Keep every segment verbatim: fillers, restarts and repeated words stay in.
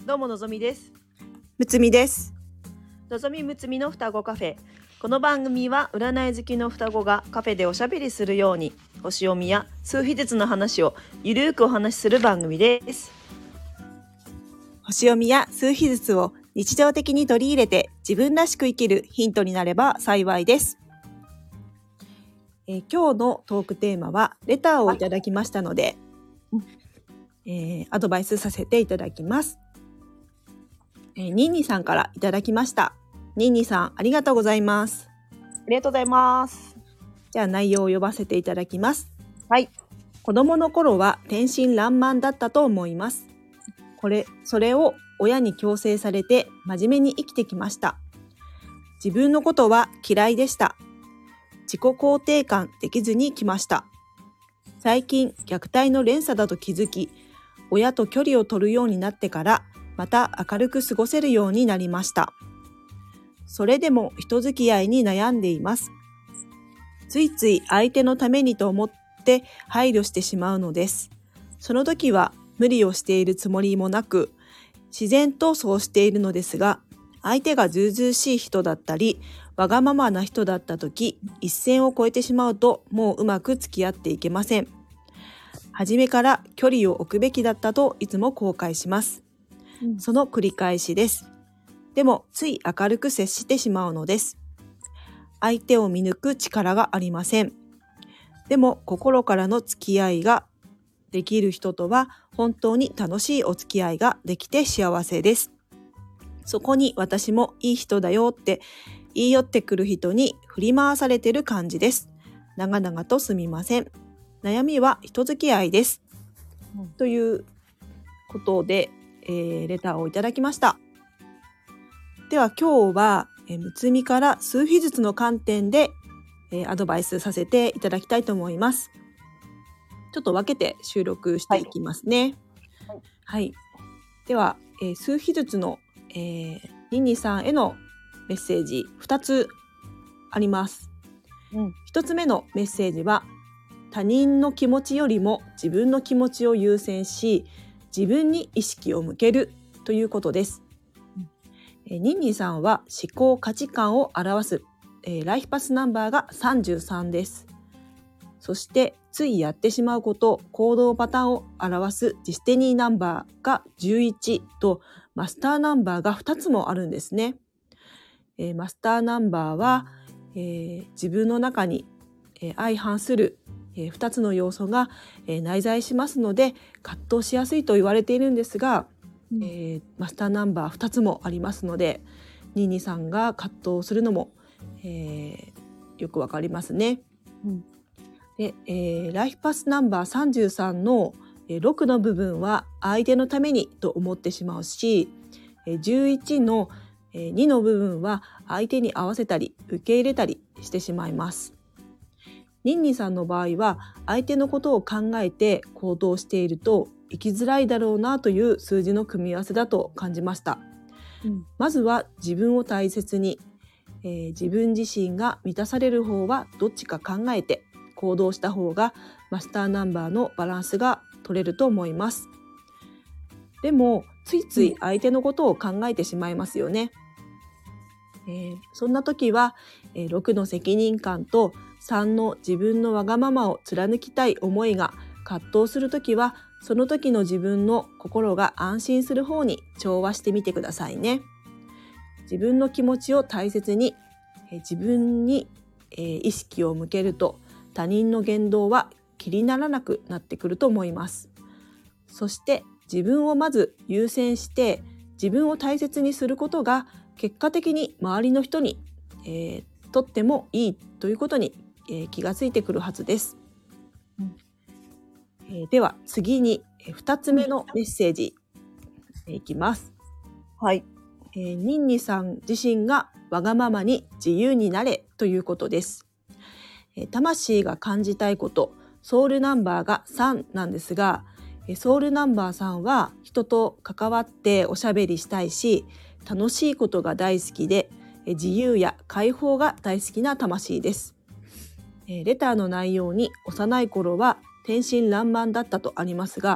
どうものぞみです。 むつみです。 のぞみむつみの双子カフェ。この番組は占い好きの双子がカフェでおしゃべりするように星読みや数秘術の話をゆるーくお話しする番組です。 星読みや数秘術を日常的に取り入れて自分らしく生きるヒントになれば幸いです。えー、今日のトークテーマはレターをいただきましたので、えー、アドバイスさせていただきます。えー、ニンニさんからいただきました。ニンニさんありがとうございます。 ありがとうございます。 じゃあ内容を読ませていただきます。 はい。 子供の頃は天真爛漫だったと思います。これ、それを親に強制されて真面目に生きてきました。自分のことは嫌いでした。自己肯定感できずに来ました。最近虐待の連鎖だと気づき、親と距離を取るようになってからまた明るく過ごせるようになりました。それでも人付き合いに悩んでいます。ついつい相手のためにと思って配慮してしまうのです。その時は無理をしているつもりもなく、自然とそうしているのですが、相手がずうずうしい人だったり、わがままな人だった時、一線を越えてしまうともううまく付き合っていけません。初めから距離を置くべきだったといつも後悔します。うん、その繰り返しです。でもつい明るく接してしまうのです。相手を見抜く力がありません。でも心からの付き合いができる人とは本当に楽しいお付き合いができて幸せです。そこに私もいい人だよって言い寄ってくる人に振り回されてる感じです。長々とすみません。悩みは人付き合いです。うん、ということで、えー、レターをいただきました。では今日は、えー、むつみから数秘術の観点で、えー、アドバイスさせていただきたいと思います。ちょっと分けて収録していきますね。はい。はい、では、えー、数秘術の、えー、ニンニさんへのメッセージふたつあります。うん、ひとつめのメッセージは、他人の気持ちよりも自分の気持ちを優先し、自分に意識を向けるということです。うん、えー、ニンニさんは思考価値観を表す、えー、ライフパスナンバーがさんじゅうさんです。そしてついやってしまうこと、行動パターンを表すディスティニーナンバーがじゅういちとマスターナンバーがふたつもあるんですね。えー、マスターナンバーは、えー、自分の中に、えー、相反する、えー、ふたつの要素が、えー、内在しますので葛藤しやすいと言われているんですが、うん、えー、マスターナンバーふたつもありますので、ニーニーさんが葛藤するのも、えー、よくわかりますね。うん、で、えー、ライフパスナンバーさんじゅうさんのろくの部分は相手のためにと思ってしまうし、じゅういちのにの部分は相手に合わせたり受け入れたりしてしまいます。ニンニさんの場合は相手のことを考えて行動していると生きづらいだろうなという数字の組み合わせだと感じました。うん、まずは自分を大切に、えー、自分自身が満たされる方はどっちか考えて行動した方がマスターナンバーのバランスが取れると思います。でもついつい相手のことを考えてしまいますよね。えー、そんな時は、えー、ろくの責任感とさんの自分のわがままを貫きたい思いが葛藤する時は、その時の自分の心が安心する方に調和してみてくださいね。自分の気持ちを大切に、えー、自分に、えー、意識を向けると他人の言動は気にならなくなってくると思います。そして自分をまず優先して自分を大切にすることが結果的に周りの人に、えー、とってもいいということに、えー、気がついてくるはずです。うんえー、では次にふたつめのメッセージいきます。はい、えー、ニンニさん自身がわがままに自由になれということです。魂が感じたいこと、ソウルナンバーがさんなんですが、ソウルナンバーさんは人と関わっておしゃべりしたいし、楽しいことが大好きで、自由や解放が大好きな魂です。レターの内容に幼い頃は天真爛漫だったとありますが、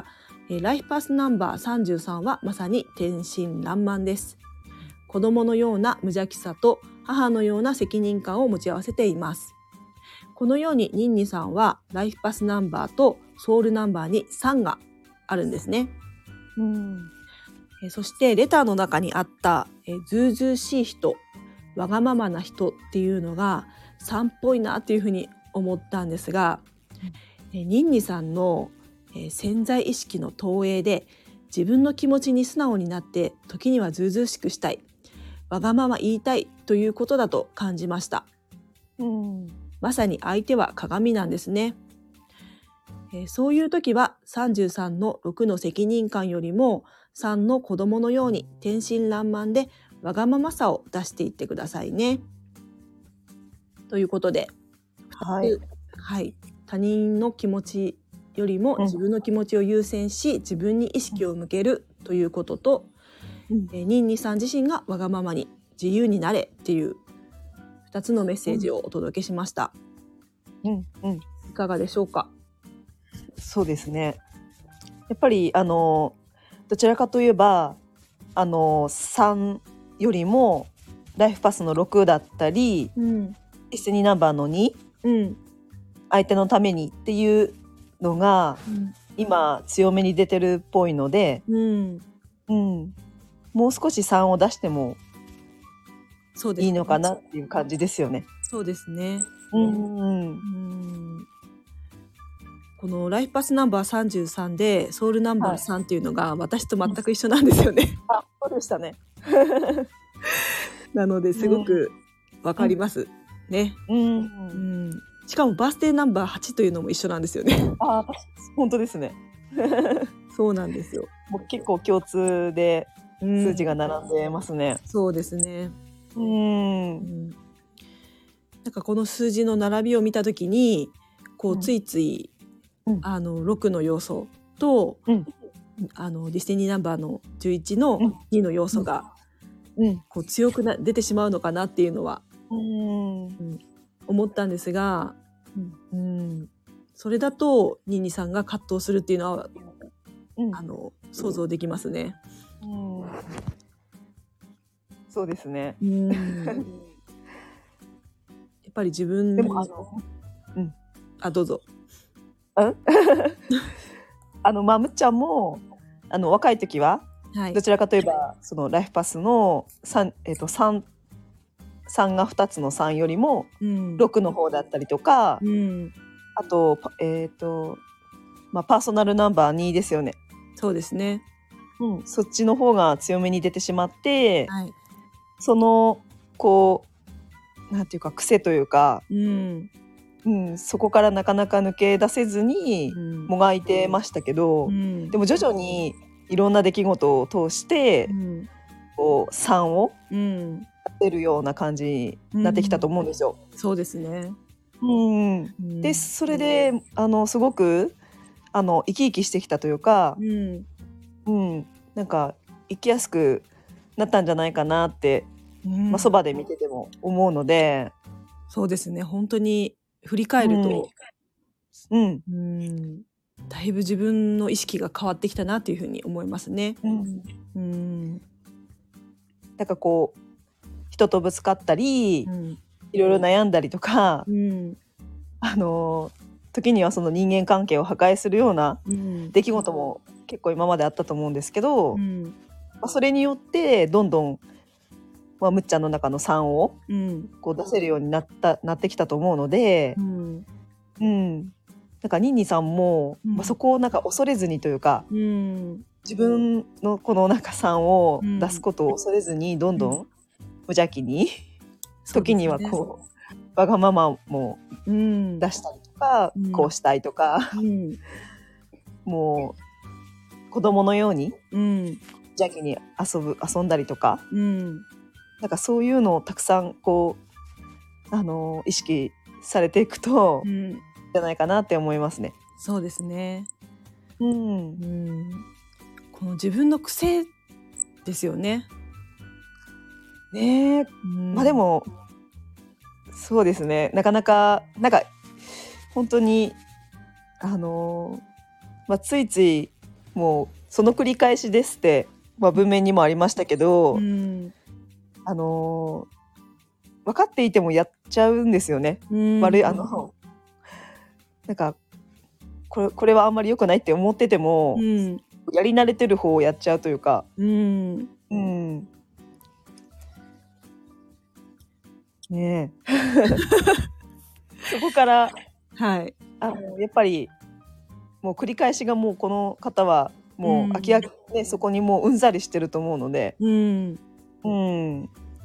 えーライフパスナンバーさんじゅうさんはまさに天真爛漫です。子供のような無邪気さと母のような責任感を持ち合わせています。このようにニンニさんはライフパスナンバーとソウルナンバーにさんがあるんですね。 うんえーそしてレターの中にあったえーずうずうしい人、わがままな人っていうのがさんっぽいなっていうふうに思ったんですが、えーニンニさんのえー潜在意識の投影で自分の気持ちに素直になって時にはずうずうしくしたい、わがまま言いたいということだと感じました。 うんまさに相手は鏡なんですね。えーそういう時はさんじゅうさんのろくの責任感よりもさんの子供のように天真爛漫でわがままさを出していってくださいね。ということで、 はいはい、他人の気持ちよりもうん自分の気持ちを優先し、自分に意識を向けるということと、 うんえーニンニさん自身がわがままに自由になれっていうふたつのメッセージをお届けしました。 うんうんいかがでしょうか？ そうですね。やっぱりあのどちらかといえばあのさんよりもライフパスのろくだったりうんディスティニーナンバーのにうん相手のためにっていうのが今強めに出てるっぽいので、 うんうん、もう少しさんを出してもそうですね。 いいのかなっていう感じですよね。 そうですね。 うんうんうんこのライフパスナンバーさんじゅうさんでソウルナンバーさんっていうのが私と全く一緒なんですよね。 あ、そうでしたね。 なのですごくわかりますね。 うん、 うんしかもバースデーナンバーはちというのも一緒なんですよね。 あ、本当ですね。 そうなんですよ。 もう結構共通でうん数字が並んでますね。 そうですね。 うん、 うんなんかこの数字の並びを見たときにこううんついつい、 うんあのろくの要素と、 うんあのディスティニーナンバーのじゅういちのうんにの要素がうん、 こう強くな出てしまうのかなっていうのはうん、 思ったんですが、うんそれだとニンニさんが葛藤するっていうのはうんあの想像できますね。 うん、そうですね。 うんやっぱり自分でもあの、 あどうぞ。 あのまあむっちゃんもあの若い時ははいどちらかといえばそのライフパスのさん、えっとさん、さんがふたつのさんよりもうんろくの方だったりとか、 うんあとパえっ、とまあパーソナルナンバーにですよね。 そうですね。 うん、そっちの方が強めに出てしまって、 はい。 そのこうなんていうか癖というか、 うんうん、そこからなかなか抜け出せずにうんもがいてましたけど、 うんでも徐々にいろんな出来事を通してうんこうさんをうん出るような感じになってきたと思うんですよ。 そうですね。 うんうんでそれであのすごくあの生き生きしてきたというか、 うんうん、なんか生きやすくなったんじゃないかなって、 うんまあ、そばで見てても思うので、 そうですね。本当に振り返ると、 うんうんだいぶ自分の意識が変わってきたなというふうに思いますね。 うん、 うんなんかこう人とぶつかったり、 うんいろいろ悩んだりとか、 うんあの時にはその人間関係を破壊するようなうん出来事も結構今まであったと思うんですけど、 うんまあ、それによってどんどん、まあ、むっちゃんの中のさんをうんこう出せるようになったなってきたと思うのでう、んうん、なんかニンニさんも、 うんまあ、そこをなんか恐れずにというか、 うん自分のこのなんかさんを出すことを恐れずにどんどん無邪気に、時にはこうわがままもうん出したりとか、 うんこうしたいとか、 うんもう子供のようにうん邪気に遊ぶ遊んだりとか、 うんなんかそういうのをたくさんこうあの意識されていくと、 うんじゃないかなって思いますね。 そうですね。 うんうんこの自分の癖ですよね。 ねえ、 うんまあでもそうですね、なかなかなんか本当にあの、まあ、ついついもうその繰り返しですって、まあ、文面にもありましたけど、 うんあのー分かっていてもやっちゃうんですよね。 うん悪いあのなんかこれこれはあんまり良くないって思ってても、 うんやり慣れてる方をやっちゃうというか、 うんうんねえそこからはいあのやっぱりもう繰り返しがもうこの方はもううん飽き飽き、ね、そこにもううんざりしてると思うので、 うんうん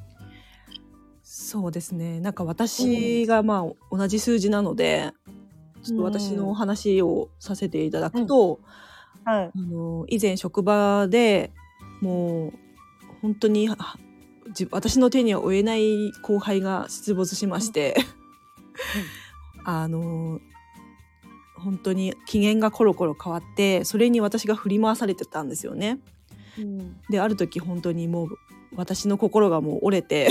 そうですね。なんか私がまあ同じ数字なので、ちょっと私のお話をさせていただくと、 はい、 あの以前職場でもう本当にはじ私の手には負えない後輩が出没しまして、あの本当に機嫌がコロコロ変わって、それに私が振り回されてたんですよね。 うんである時本当にもう私の心がもう折れて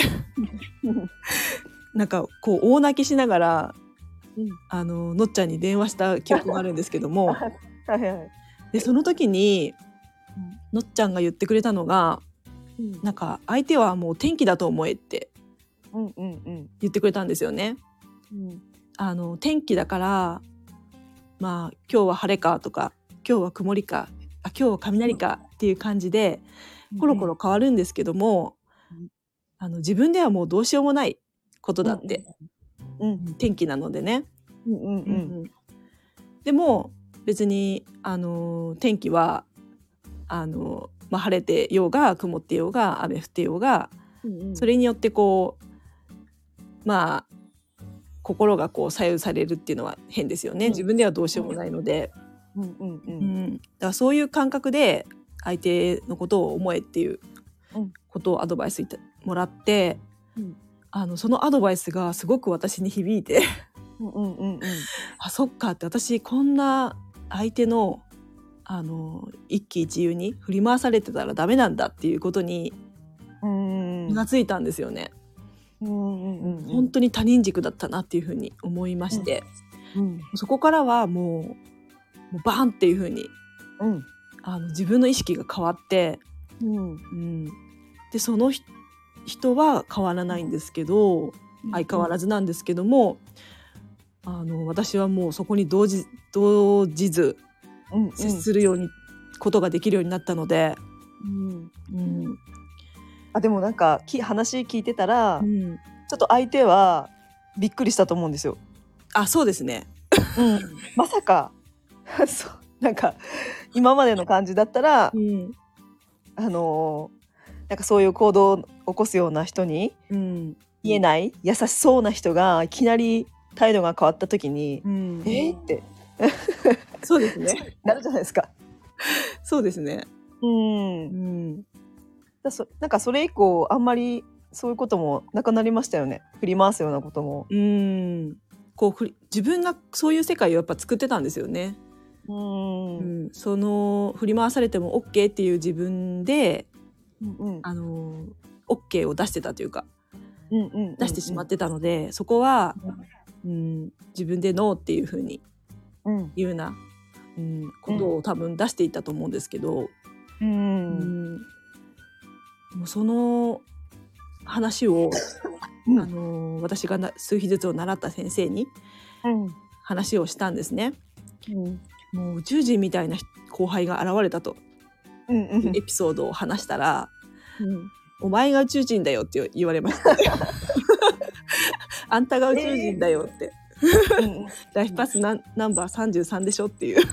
なんかこう大泣きしながらうんあののっちゃんに電話した記憶があるんですけどもはいはいでその時にのっちゃんが言ってくれたのが、 うんなんか相手はもう天気だと思えってうんうんうん言ってくれたんですよね。 うんあの天気だからまあ今日は晴れかとか今日は曇りかあ今日は雷かっていう感じでコロコロ変わるんですけども、 うんあの自分ではもうどうしようもないことだって、 うん天気なのでね、 うんうんうんうんでも別にあの天気はあの、まあ、晴れてようが曇ってようが雨降ってようがうんそれによってこうまあ心がこう左右されるっていうのは変ですよね。 うん自分ではどうしようもないので、 うんうんううんん、だからそういう感覚で相手のことを思えっていううんことをアドバイスいたもらって、 うんあのそのアドバイスがすごく私に響いてうんうんうんあそっかって私こんな相手のあの一喜一憂に振り回されてたらダメなんだっていうことにうん気がついたんですよね。 うんうんうん本当に他人軸だったなっていうふうに思いまして、 うんそこからはもうもうバーンっていうふうにうんあの自分の意識が変わって、 うんうん、でその人人は変わらないんですけど相変わらずなんですけども、あの私はもうそこに動じ動じずうん接するように、ことができるようになったので、 うんうんあでもなんかき話聞いてたら、 うん、 ちょっと相手はびっくりしたと思うんですよ。 あそうですね。 うん、まさかそうなんか今までの感じだったら、 うんあのーなんかそういう行動を起こすような人にうん言えない優しそうな人がいきなり態度が変わった時に、 うんえーってそうですね。 なるじゃないですか。 そうですね。 うんう、んだそなんかそれ以降あんまりそういうこともなくなりましたよね。振り回すようなことも。 うんこうふり自分がそういう世界をやっぱ作ってたんですよね。 うんううんん、その振り回されても OK っていう自分でうんあの OK を出してたというかうんうん出してしまってたので、そこは、うん、自分でノーっていう風にうん言うような、うん、ことを多分出していったと思うんですけど、 うんうんもうその話を、 うんあの私がな数秘術を習った先生にうん話をしたんですね。 うんもう宇宙人みたいな後輩が現れたとうんうんエピソードを話したら、 うんお前が宇宙人だよって言われました。あんたが宇宙人だよって、 うんライフパスナンナンバーさんじゅうさんでしょっていう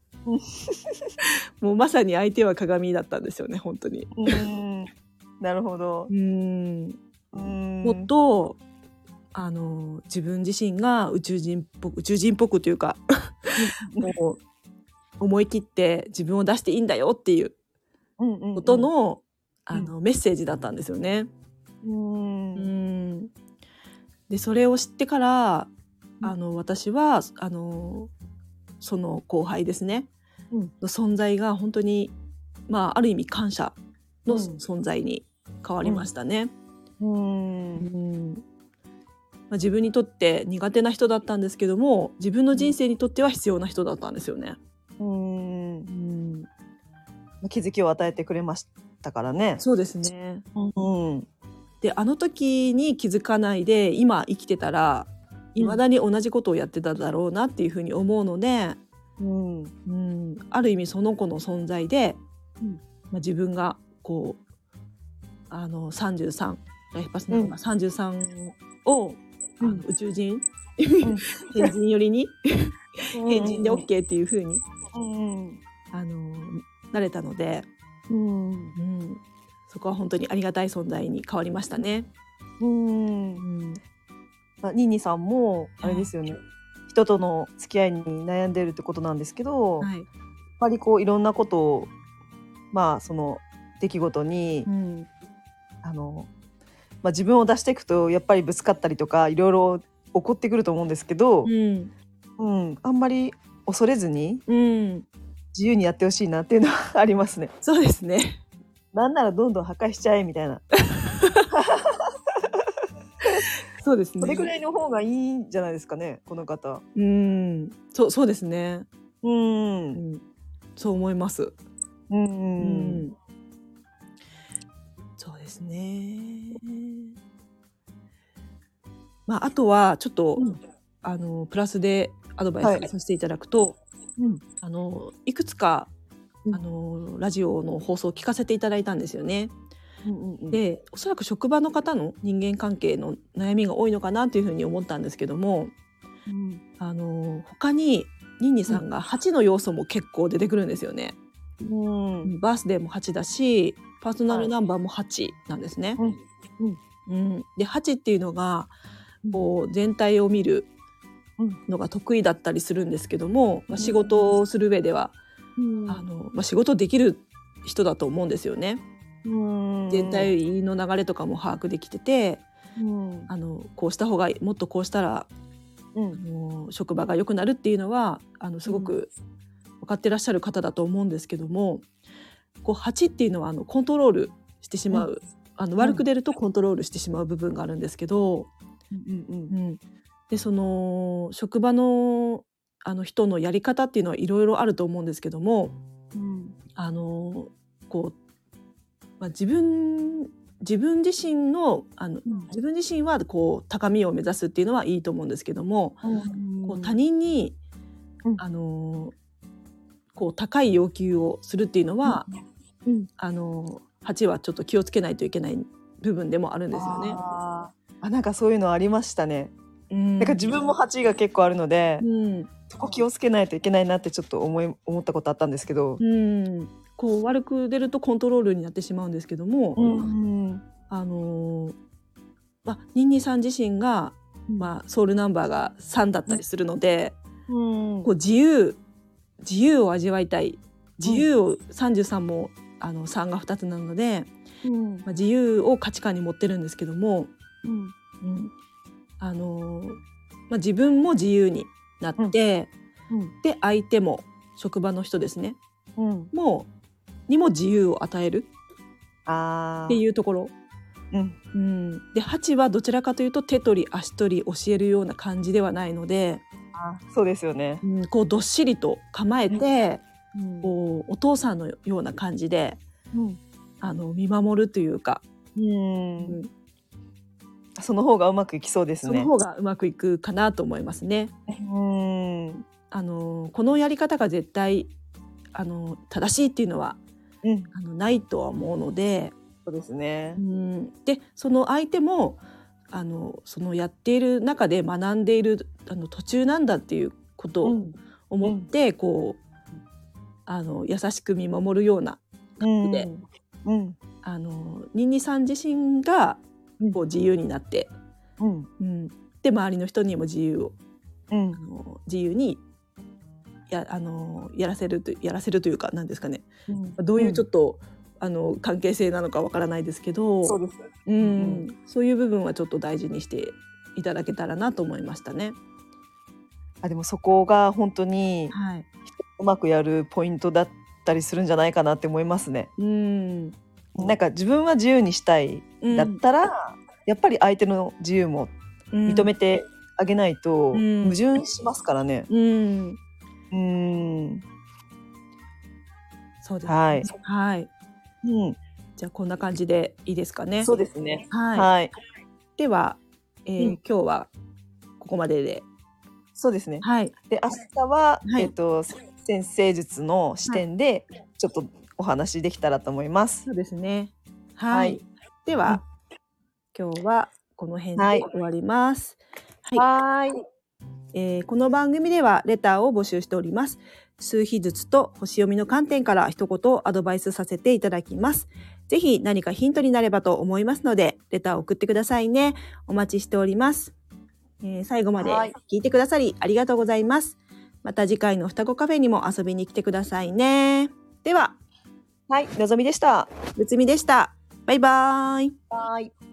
もうまさに相手は鏡だったんですよね本当に。 うんなるほど。 うんうんもっとあの自分自身が宇宙人っぽく宇宙人っぽくというかもう思い切って自分を出していいんだよっていうことの、あのメッセージだったんですよね。 うんうんでそれを知ってからうんあの私はあのその後輩ですね、 うんの存在が本当に、まあ、ある意味感謝のうん存在に変わりましたね。 うんうんまあ、自分にとって苦手な人だったんですけども自分の人生にとっては必要な人だったんですよね。 うんうん気づきを与えてくれましたからね。 そうですね。 うん、 であの時に気づかないで今生きてたらいまだに同じことをやってただろうなっていうふうに思うので、 うんうん、ある意味その子の存在で、 うんまあ、自分がこうあのさんじゅうさんライフパスナーがさんじゅうさんを、うん、あの宇宙人、うん、変人寄りに変人で OK っていうふうに、うん、あのなれたので、うんうん、そこは本当にありがたい存在に変わりましたね。 うんうんまあ、ニーニーさんもあれですよね、はい、人との付き合いに悩んでるってことなんですけど、はい、やっぱりこういろんなことをまあその出来事に、うん、あのまあ、自分を出していくとやっぱりぶつかったりとかいろいろ起こってくると思うんですけど、うんうん、あんまり恐れずに自由にやってほしいなっていうのはありますね。 そうですね。 なんならどんどん破壊しちゃえみたいなそうですね。 それぐらいの方がいいんじゃないですかね、この方。 うん、そうそうですね。 うん、うん、 そう思います。 うん、うん、 そうですね。まああとはちょっと、うん、あのプラスでアドバイスさせていただくと、はいうん、あのいくつか、うん、あのラジオの放送を聞かせていただいたんですよね。うんうんうん、でおそらく職場の方の人間関係の悩みが多いのかなというふうに思ったんですけども、うん、あの他にニンニさんがはちの要素も結構出てくるんですよね。うん、バースデーもはちだしパーソナルナンバーもはちなんですね。はいうんうん、ではちっていうのがこう全体を見るのが得意だったりするんですけども、まあ、仕事をする上では、うんあのまあ、仕事できる人だと思うんですよね。うん全体の流れとかも把握できてて、うん、あのこうした方がもっとこうしたら、うん、もう職場が良くなるっていうのはあのすごく分かってらっしゃる方だと思うんですけども、こうはちっていうのはあのコントロールしてしまう、うん、あの悪く出るとコントロールしてしまう部分があるんですけど、うんうんうん、でその職場の、あの人のやり方っていうのはいろいろあると思うんですけども、うん、あのこうまあ、自分自分自身の、あの、うん、自分自身はこう高みを目指すっていうのはいいと思うんですけども、うん、こう他人に、うん、あのこう高い要求をするっていうのは、うん、あのはちはちょっと気をつけないといけない部分でもあるんですよね。 ああなんかそういうのありましたね。うん、なんか自分もはちが結構あるので、うん、そこ気をつけないといけないなってちょっと思い思ったことあったんですけど、 うんこう悪く出るとコントロールになってしまうんですけども、うんうん、あのー、まあ、ニンニさん自身が、まあ、ソウルナンバーがさんだったりするので、うん、こう自由自由を味わいたい自由を、さんじゅうさんもあのさんがふたつなので、うんまあ、自由を価値観に持ってるんですけども、うんうん、あのーまあ、自分も自由になって、うんうん、で相手も職場の人ですね、うん、もうにも自由を与えるっていうところ、うんうん、ではちはどちらかというと手取り足取り教えるような感じではないので、 あそうですよね、 うん、こうどっしりと構えて、うん、こうお父さんのような感じで、うん、あの見守るというか、うんうん、 その方がうまくいきそうですね。 その方がうまくいくかなと思いますね。うんあのこのやり方が絶対あの正しいっていうのはうん、あのないとは思うので、 そうですね、 うん、でその相手もあのそのやっている中で学んでいるあの途中なんだっていうことを思って、うん、こうあの優しく見守るような感じで、うんうん、あのニンニさん自身がこう自由になって、うんうん、で周りの人にも自由を、うん、あの自由にや, あのやらせるとやらせるというか何ですかね、うん、どういうちょっと、うん、あの関係性なのかわからないですけど、そうです、うんうん、そういう部分はちょっと大事にしていただけたらなと思いましたね。 あでもそこが本当に、はい、うまくやるポイントだったりするんじゃないかなって思いますね。うん、なんか自分は自由にしたい、うん、だったらやっぱり相手の自由も認めてあげないと矛盾しますからね。うんうんうんそうです、 はい。 はい。 うん。 じゃあこんな感じでいいですかね。 そうですね。 はい。 はい。 では、えーうん、 今日はここまでで。 そうですね。 はい。 で、明日は、 はい。 えっと、先生術の視点で、ちょっとお話できたらと思います。 そうですね。はい。 はい。 では、今日はこの辺はい。 で終わります。はい。 はーい。 えーこの番組ではレターを募集しております。数秘術と星読みの観点から一言アドバイスさせていただきます。ぜひ何かヒントになればと思いますので、レターを送ってくださいね。お待ちしております。えー最後まではい。 聞いてくださりありがとうございます。また次回の双子カフェにも遊びに来てくださいね。では、 はい、のぞみでした。 ぶつみでした。バイバーイ。 はーい。